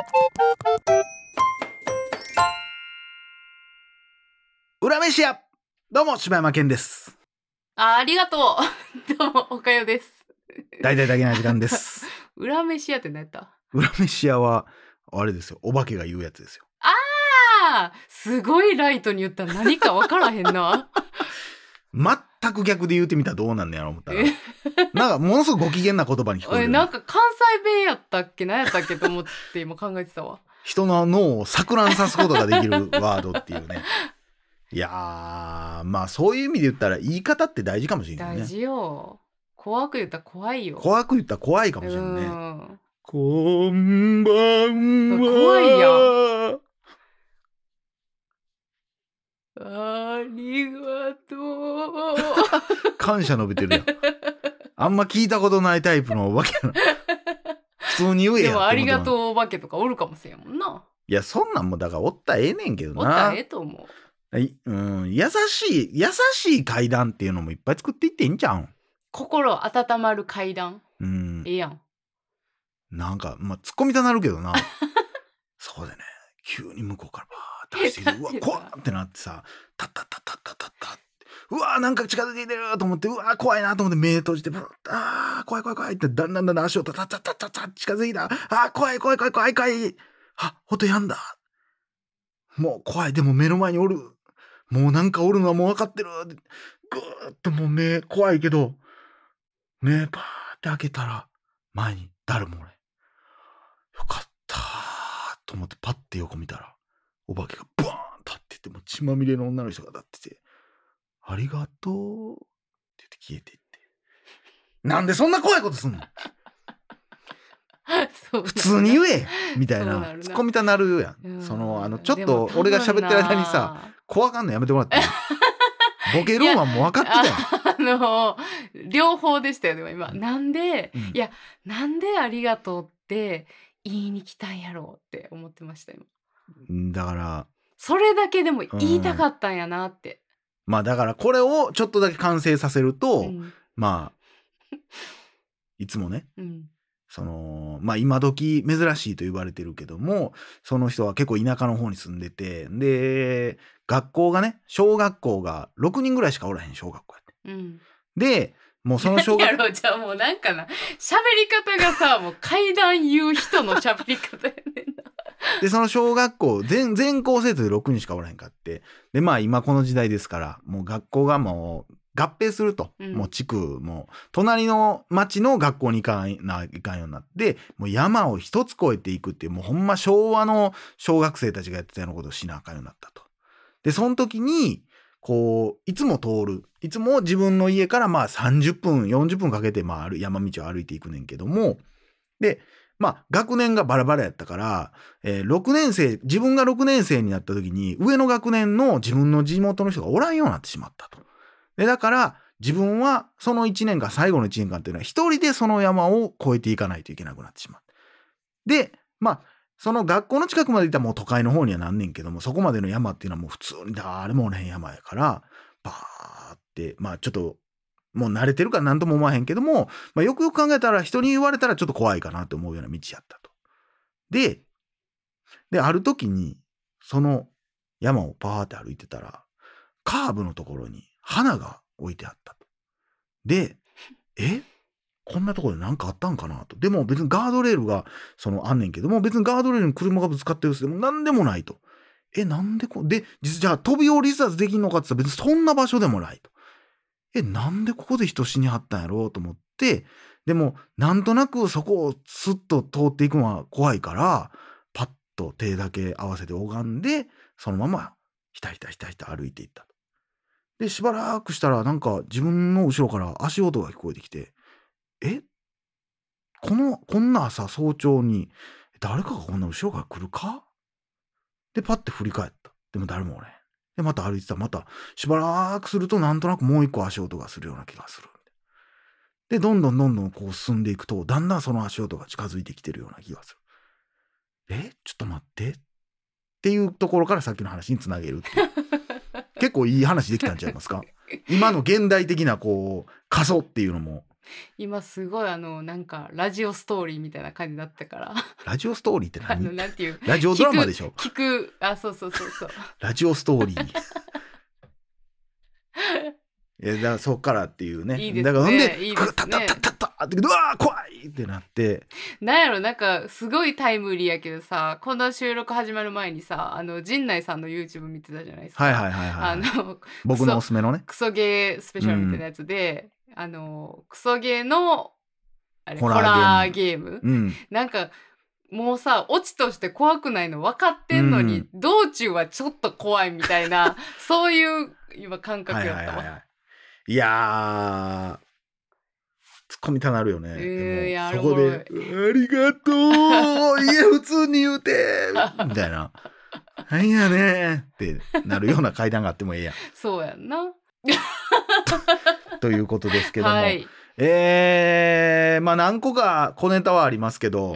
裏飯屋、どうも柴山健です。 ありがとうどうもおかよです。 大々だけな時間です。 裏飯屋って何やった？ 裏飯屋はあれですよ、お化けが言うやつですよ。 すごいライトに言ったら何か分からへんな全く逆で言うてみたらどうなんねやろ思ったらなんかものすごくご機嫌な言葉に聞こえる、 なんか関西弁やったっけ何やったっけと思って今考えてたわ。 人の脳を錯乱さすことができるワードっていうね。いやー、まあそういう意味で言ったら言い方って大事かもしれないね。 大事よ。怖く言ったら怖いよ。 怖く言ったら怖いかもしれないね。 うんこんばんは。 怖いやん。ありがとう感謝述べてるやん。あんま聞いたことないタイプのお化けの普通に言えや。 でもありがとうお化けとかおるかもしれんもんな。 いや、そんなんもだからおったらええねんけどな。 おったらええと思う。 優しい階段っていうのもいっぱい作っていっていいんちゃうん？ 心温まる階段。ええやん。 なんかまあ突っ込みたなるけどなそこでね、急に向こうからバーって走ってきて、うわ怖っってなってさ、タッタッタッタッタッタッタッって、うわなんか近づいてきてると思って、うわ怖いなと思って目閉じて、怖い怖い怖いってだんだん足をタッタッタッタッタッ近づいた。怖い怖い怖い怖い怖い。音やんだ。もう怖い。でも目の前におる。もうなんかおるのはもう分かってる。ぐーっともう目怖いけど、目パーって開けたら前に誰もおれん。よかったと思ってパッて横見たら、お化けがバーン立ってて、もう血まみれの女の人が立ってて、ありがとうって言って消えていって。なんでそんな怖いことすんの普通に言えみたいな突っ込みたなるやん。ちょっと俺が喋ってる間にさ、怖がんのやめてもらっていいボケるんはもう分かってたよ。両方でしたよね今。なんで、いやなんでありがとうって言いに来たんやろうって思ってました今。 だからそれだけでも言いたかったんやなって。 まあだからこれをちょっとだけ完成させると、まあいつもね、まあ今時珍しいと言われてるけども、その人は結構田舎の方に住んでて、で学校がね、小学校が6人ぐらいしかおらへん小学校やって、でもうその小学校じゃあもうなんかな、喋り方がさ、もう階段言う人の喋り方やねんなでその小学校全校生徒で6人しかおらへんかって、でまあ今この時代ですから、もう学校がもう合併すると、もう地区も隣の町の学校に行かんようになって、もう山を一つ越えていくっていう、もうほんま昭和の小学生たちがやってたようなことをしなあかんようになったと。でその時にこういつも自分の家からまあ30分40分かけてまあ山道を歩いていくねんけども、でまあ学年がバラバラやったから、自分が6年生になった時に上の学年の自分の地元の人がおらんようになってしまったと。でだから自分はその1年間、最後の1年間っていうのは一人でその山を越えていかないといけなくなってしまう。でまあその学校の近くまで行ったらもう都会の方にはなんねんけども、そこまでの山っていうのはもう普通に誰もおれへん山やから、バーってまあちょっともう慣れてるから何とも思わへんけども、まあ、よくよく考えたら人に言われたらちょっと怖いかなって思うような道やったと。である時にその山をパーって歩いてたら、カーブのところに花が置いてあったと。でこんなところで何かあったんかなと。でも別にガードレールがあんねんけども、別にガードレールに車がぶつかってるでも何でもないと。なんででじゃあ飛び降り自殺できんのかって言ったら別にそんな場所でもないと。なんでここで人死にはったんやろうと思って、でもなんとなくそこをスッと通っていくのは怖いから、パッと手だけ合わせて拝んで、そのままひたひたひたひた歩いていったと。でしばらくしたらなんか自分の後ろから足音が聞こえてきて、こんな朝早朝に誰かがこんな後ろから来るか？でパッて振り返った。でも誰もおれん。でまた歩いてた。またしばらくするとなんとなくもう一個足音がするような気がする。でどんどんこう進んでいくと、だんだんその足音が近づいてきてるような気がする。ちょっと待ってっていうところからさっきの話につなげるっていう結構いい話できたんちゃいますか今の現代的なこう過疎っていうのも今すごいなんかラジオストーリーみたいな感じになったからラジオストーリーって何？ なんていうラジオドラマでしょ。 聞くそうそうラジオストーリーだからそっからっていうね。 いいですね。 だからほんでいいですね。 タタタタタってうわー怖いってなって。 なんやろ、なんかすごいタイムリーやけどさ、この収録始まる前にさ、陣内さんの YouTube 見てたじゃないですか。 はいはいはいはい。僕のおすすめのね。 クソゲースペシャルみたいなやつで、クソゲーのホラーゲーム、なんかもうさ、オチとして怖くないの分かってんのに、道中はちょっと怖いみたいなそういう今感覚やったわ。 いやー、突っ込みたなるよね。でもそこでありがとういや普通に言うてみたいななんやねってなるような階段があってもええやん。 そうやんなということですけども、 はい、 まあ何個か小ネタはありますけど、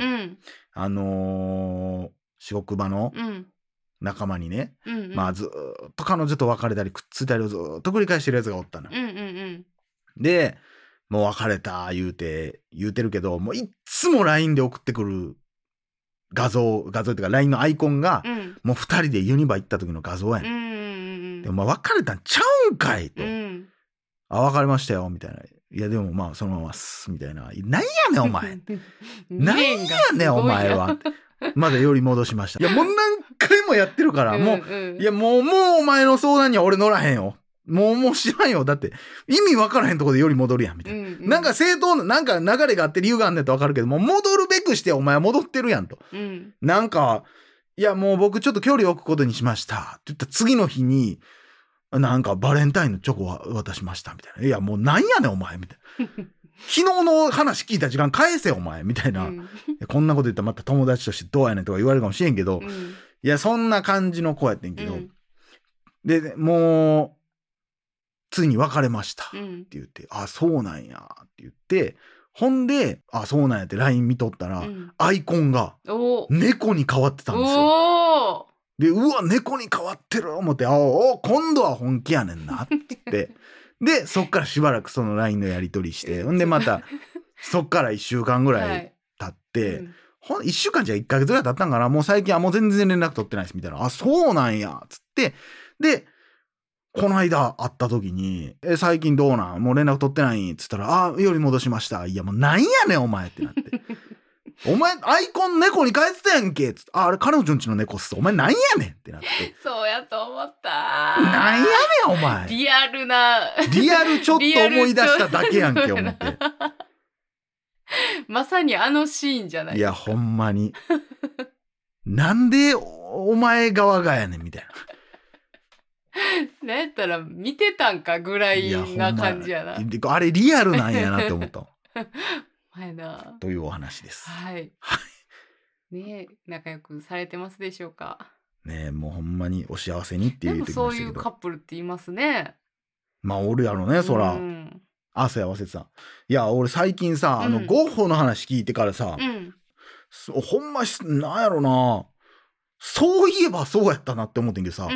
四国場の仲間にね、まあずっと彼女と別れたりくっついたりをずっと繰り返してるやつがおったの。でもう別れた言うてるけど、もういっつも LINE で送ってくる画像っていうか LINE のアイコンが、もう2人でユニバ行った時の画像やん。でもまあ別れたんちゃうんかいと、別れましたよみたいな。いやでもまあそのままっすみたいな。なんやねんお前なんやねんお前はまだより戻しました。いやもう何回もやってるからもういやもうお前の相談には俺乗らへんよ。もう知らんよ。だって意味分からへんとこでより戻るやんみたいな、なんか正当ななんか流れがあって理由があんねんと分かるけども、戻るべくしてお前は戻ってるやんと、なんかいやもう僕ちょっと距離を置くことにしましたって言った次の日になんかバレンタインのチョコは渡しましたみたいな。いやもうなんやねんお前みたいな昨日の話聞いた時間返せお前みたいな、こんなこと言ったらまた友達としてどうやねんとか言われるかもしれんけど、いやそんな感じの子やってんけど、でもうついに別れましたって言って、あそうなんやって言って、ほんであそうなんやって LINE 見とったら、アイコンが猫に変わってたんですよ。でうわ猫に変わってる思って、今度は本気やねんなって言ってでそっからしばらくその LINE のやり取りして、ほんでまたそっから1週間ぐらい経って、1週間じゃ1ヶ月ぐらい経ったんかな。もう最近はもう全然連絡取ってないですみたいな。あそうなんやっつって、でこの間会った時に最近どうなんもう連絡取ってないっつったら、より戻しました。いやもうなんやねんお前ってなってお前アイコン猫に変えてたやんけっつって、あれ彼女んちの猫っす。お前なんやねんってなってそうやと思った。 なんやねんお前リアルちょっと思い出しただけやんけ思ってまさにあのシーンじゃないですか。 いやほんまになんでお前側がやねんみたいななんやったら見てたんかぐらいな感じやな。 あれリアルなんやなって思った前なというお話です。 はいねえ仲良くされてますでしょうかねえ。もうほんまにお幸せにって言ってきましたけど。 そういうカップルって言いますね。 まあおるやろねそら。そうや忘れてた。いや俺最近さゴッホの話聞いてからさ、ほんまなんやろな、そういえばそうやったなって思ってんけどさ、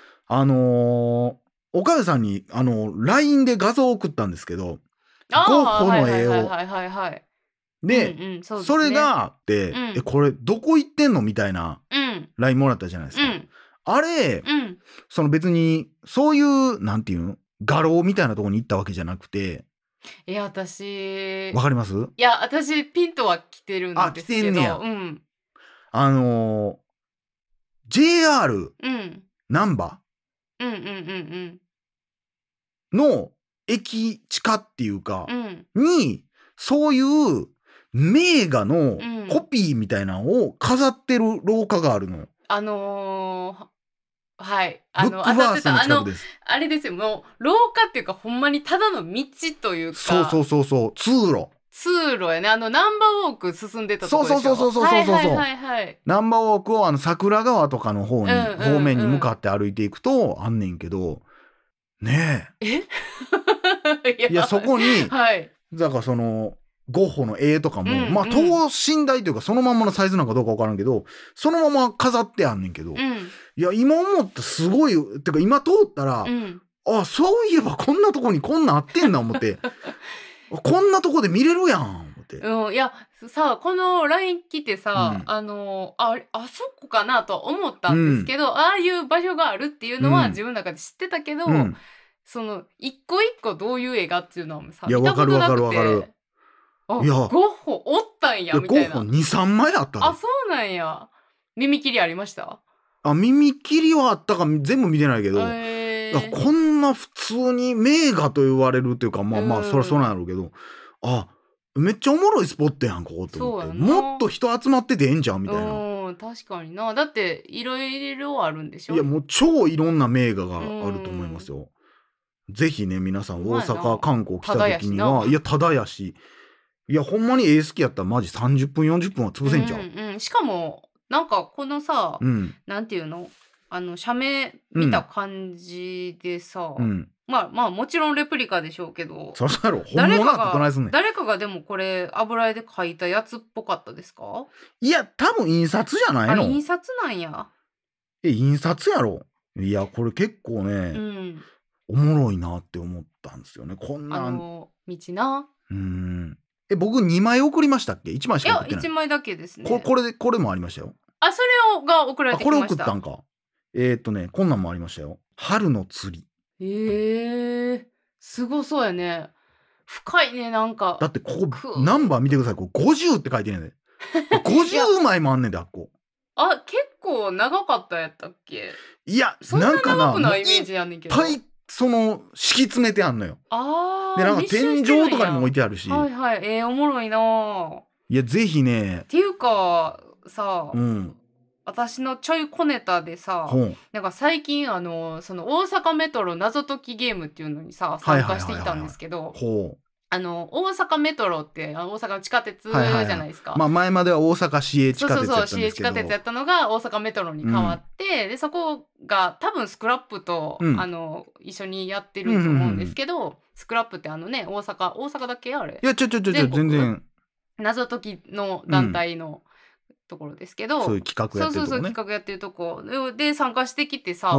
岡部さんにLINE で画像を送ったんですけど、ゴッホの絵を。で、それがあって、これどこ行ってんのみたいな LINE もらったじゃないですか。あれ、その別にそういうなんていうの画廊みたいなとこに行ったわけじゃなくて。 いや私わかります？ いや私ピンとは来てるんですけど。来てんねや。 JR 難波の駅地下っていうか、にそういう名画のコピーみたいなのを飾ってる廊下があるの。 はい。 ブックバースの近くです。 あれですよ。もう廊下っていうかほんまにただの道というか。 そう通路やね。ナンバーウォーク進んでたとこでしょ。そうナンバーウォークを桜川とかの方面に向かって歩いていくとあんねんけどねえいやそこに、だからそのゴッホの絵とかも、まあ等身大というかそのまんまのサイズなんかどうか分からんけどそのまま飾ってあんねんけど、いや今思ったすごいってか今通ったら、そういえばこんなとこにこんなんあってんな思ってこんなとこで見れるやん思って。 いやさこの LINE 来てさ、あそこかなとは思ったんですけど、ああいう場所があるっていうのは自分の中で知ってたけど、その一個一個どういう映画っていうのはさ見たことなくて、いやゴッホおったんやみたいな。 ゴッホ 2,3 枚あったで。 あそうなんや。耳切りありました？ 耳切りはあったか全部見てないけど、こんな普通に名画と言われるっていうか、まあそりゃそうなんやろうけど、めっちゃおもろいスポットやんここと思って、もっと人集まっててええんじゃんみたいな。 確かにな。だっていろいろあるんでしょ。 いやもう超いろんな名画があると思いますよ。ぜひね皆さん大阪観光来た時には、いやただやし、いやほんまに好きやったらマジ30分40分は潰せんじゃん。 しかもなんかこのさ、なんていうの写メ見た感じでさ、まあもちろんレプリカでしょうけど、 そりゃやろ、本物なんてどないすんねん。 誰かがでもこれ油絵で描いたやつっぽかったですか？ いや多分印刷じゃないの？ 印刷なんや。 印刷やろ。いやこれ結構ね、おもろいなって思ったんですよね。こんな道な。 僕2枚送りましたっけ？1枚しか送ってない。 いや1枚だけですね。 これもありましたよ。 それが送られてきました。 これ送ったんか。こんなんもありましたよ。春の釣り。すごそうやね。深いねなんか。 だってここナンバー見てください。これ50って書いてんねんで。50枚もあんねんであっこ。 結構長かったやったっけ？ いやそんな長くないイメージやねんけど。 いっぱいその敷き詰めてあんのよ。でなんか天井とかにも置いてあるし。 おもろいな。 いやぜひね。 っていうかさ、私のちょい小ネタでさ、なんか最近その大阪メトロ謎解きゲームっていうのにさ参加していたんですけど、大阪メトロって大阪の地下鉄じゃないですか。 前までは大阪市営地下鉄やったんですけど、 市営地下鉄やったのが大阪メトロに変わって、でそこが多分スクラップと、一緒にやってると思うんですけど、スクラップって大阪だっけあれ？ いや全然謎解きの団体の、ところですけど、 そういう企画やってるとこね。 企画やってるとこで参加してきてさ、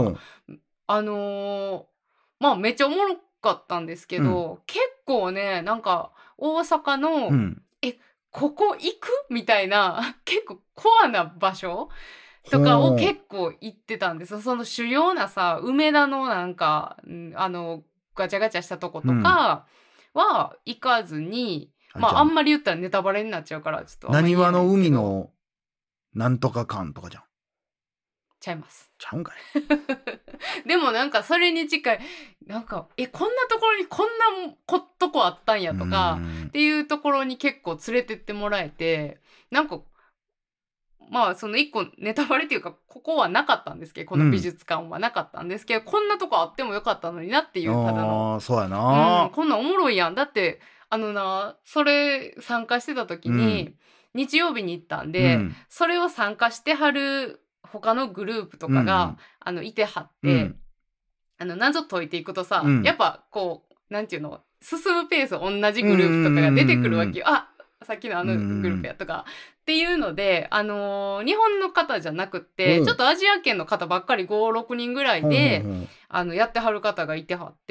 めっちゃおもろかったんですけど、結構ねなんか大阪の、ここ行くみたいな結構コアな場所とかを結構行ってたんですよ。その主要なさ梅田のなんかガチャガチャしたとことかは行かずに、あんまり言ったらネタバレになっちゃうからちょっとなにわの海のなんとか館とかじゃん。 ちゃいます。 ちゃうんかい。でもなんかそれに近いなんかこんなところにこんなとこあったんやとかっていうところに結構連れてってもらえて、なんかその一個ネタバレっていうかここはなかったんですけど、この美術館はなかったんですけど、こんなとこあってもよかったのになっていうただの。 そうやな、 こんなんおもろいやん。だってそれ参加してた時に、日曜日に行ったんで、それを参加してはる他のグループとかが、いてはって、謎解いていくとさ、やっぱこうなんていうの進むペース同じグループとかが出てくるわけよ。さっきのグループやとかっていうので、日本の方じゃなくってちょっとアジア圏の方ばっかり 5,6 人ぐらいでやってはる方がいてはって、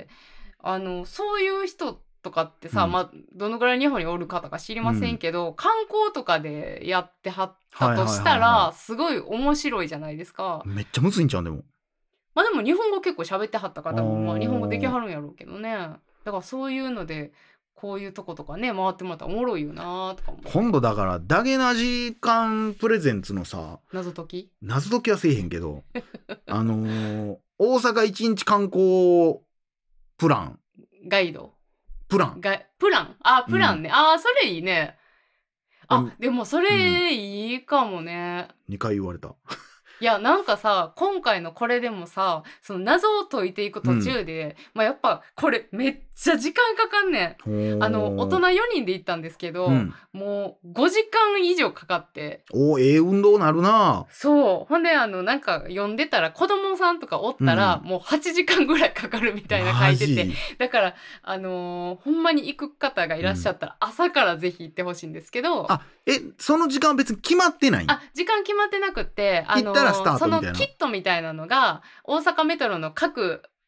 そういう人とかってさ、どのぐらい日本におる方か知りませんけど、観光とかでやってはったとしたらすごい面白いじゃないですか。 めっちゃむずいんちゃう？でもでも日本語結構喋ってはった方も、日本語できはるんやろうけどね。だからそういうのでこういうとことかね回ってもらったらおもろいよなとか思う。 今度だからダゲな時間プレゼンツのさ謎解きはせえへんけど大阪一日観光プランガイドプランプランね、それいいね。でもそれいいかもね。 2回言われた。 いやなんかさ今回のこれでもさその謎を解いていく途中で、やっぱこれめっちゃ時間かかんねん。大人4人で行ったんですけど、もう5時間以上かかって。 運動なるな。 そうほんでなんか読んでたら子供さんとかおったら、もう8時間ぐらいかかるみたいな書いてて、だからほんまに行く方がいらっしゃったら、朝からぜひ行ってほしいんですけど。 その時間は別に決まってない？ 時間決まってなくって行ったらスタートみたいな、 そのキットみたいなのが大阪メトロの各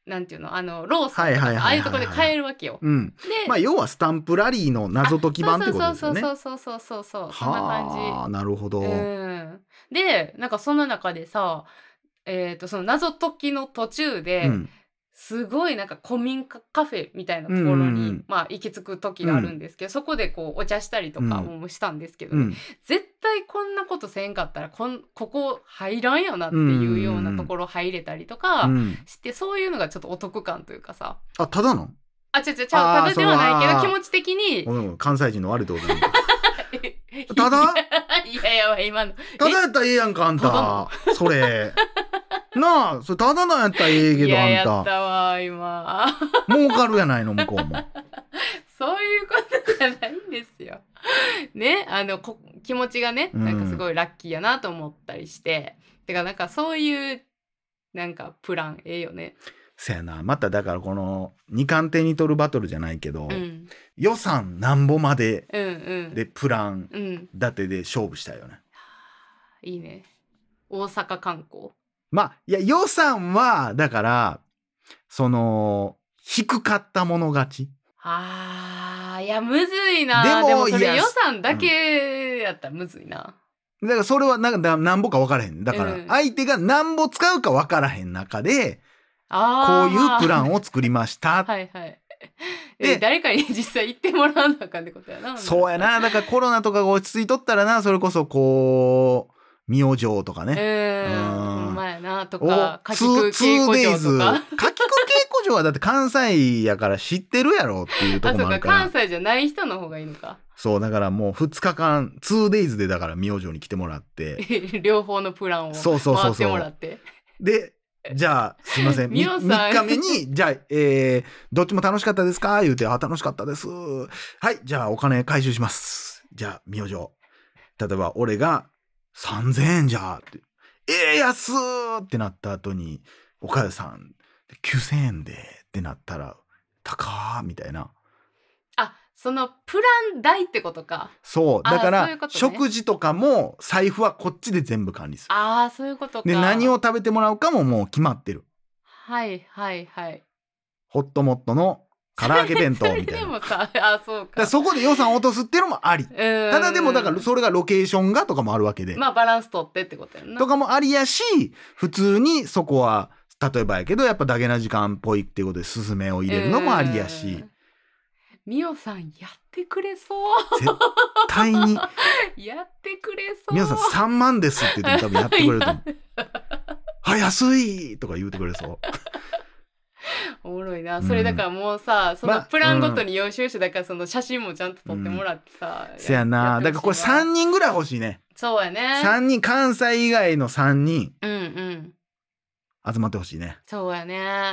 なんていうのローソンとかああいうとこで買えるわけよ。 うん、 でまあ要はスタンプラリーの謎解き版ってことですよね。 そうそんな感じ。 はあ、なるほど。 でなんかその中でさその謎解きの途中で、すごいなんか古民家カフェみたいなところに、まあ行き着く時があるんですけど、そこでこうお茶したりとかもしたんですけどね、絶対こんなことせんかったらここ入らんよなっていうようなところ入れたりとかして、そういうのがちょっとお得感というかさ。 あ、ただの？ 違うただではないけど気持ち的に関西人の悪いところでただいや今のただやったらええやんかあんたそれなあ、それただなんやったらええけどあんた。 やったわ今儲かるやないの向こうもそういうことじゃないんですよね。気持ちがねなんかすごいラッキーやなと思ったりして、てかなんかそういうなんかプランええよね。 そやな。まただからこの二冠手に取るバトルじゃないけど、予算なんぼまででプラン立てで勝負したいよね。 いいね。大阪観光。 まあいや予算はだからその低かったもの勝ち。 いやむずいな。でもそれ予算だけやったらむずいな。 だからそれはなんぼか分からへん。だから相手がなんぼ使うか分からへん中でこういうプランを作りましたはいはいで誰かに実際行ってもらわなあかんってことやな。 そうやな。だからコロナとかが落ち着いとったらな、それこそこう明星とかね、 ほんまやなとかかきく稽古場とか。 かきく稽古場はだって関西やから知ってるやろっていうところもあるから。 関西じゃない人の方がいいのか。 そうだからもう2日間 2days でだから明星に来てもらって両方のプランを回ってもらってでじゃあすいません 3日目にじゃあ、どっちも楽しかったですか言うて楽しかったですはいじゃあお金回収しますじゃあ明星例えば俺が3000円じゃって安ーってなった後に岡谷さん9000円でってなったら高ーみたいな。 そのプラン代ってことか。 そうだからそういうこと、ね、食事とかも財布はこっちで全部管理する。 そういうことか。 で何を食べてもらうかももう決まってる。 はいはいはい。 ホットモットの唐揚げ弁当みたいな。 でもさそうか。 そこで予算落とすっていうのもあり。ただでもだからそれがロケーションがとかもあるわけで。 まあバランス取ってってことやな。 とかもありやし普通にそこは例えばやけどやっぱダゲな時間っぽいっていうことでスズメを入れるのもありやし。 みおさんやってくれそう絶対にやってくれそう。 みおさん3万ですって言って多分やってくれると思う安いとか言うてくれそうおもろいな。それだからもうさ、そのプランごとに要収集だからその写真もちゃんと撮ってもらってさ、 せやな。だからこれ3人ぐらい欲しいね。 そうやね。 3人関西以外の3人集まってほしいね。 そうやね。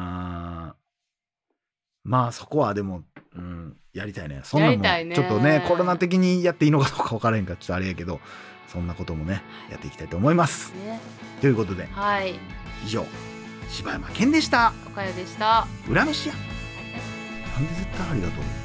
まあそこはでもやりたいね。そんなもんちょっとねコロナ的にやっていいのかどうか分からへんからちょっとあれやけどそんなこともねやっていきたいと思います、ということで、以上柴山健でした。 岡谷でした。 裏飯や。なんで絶対ありがとう。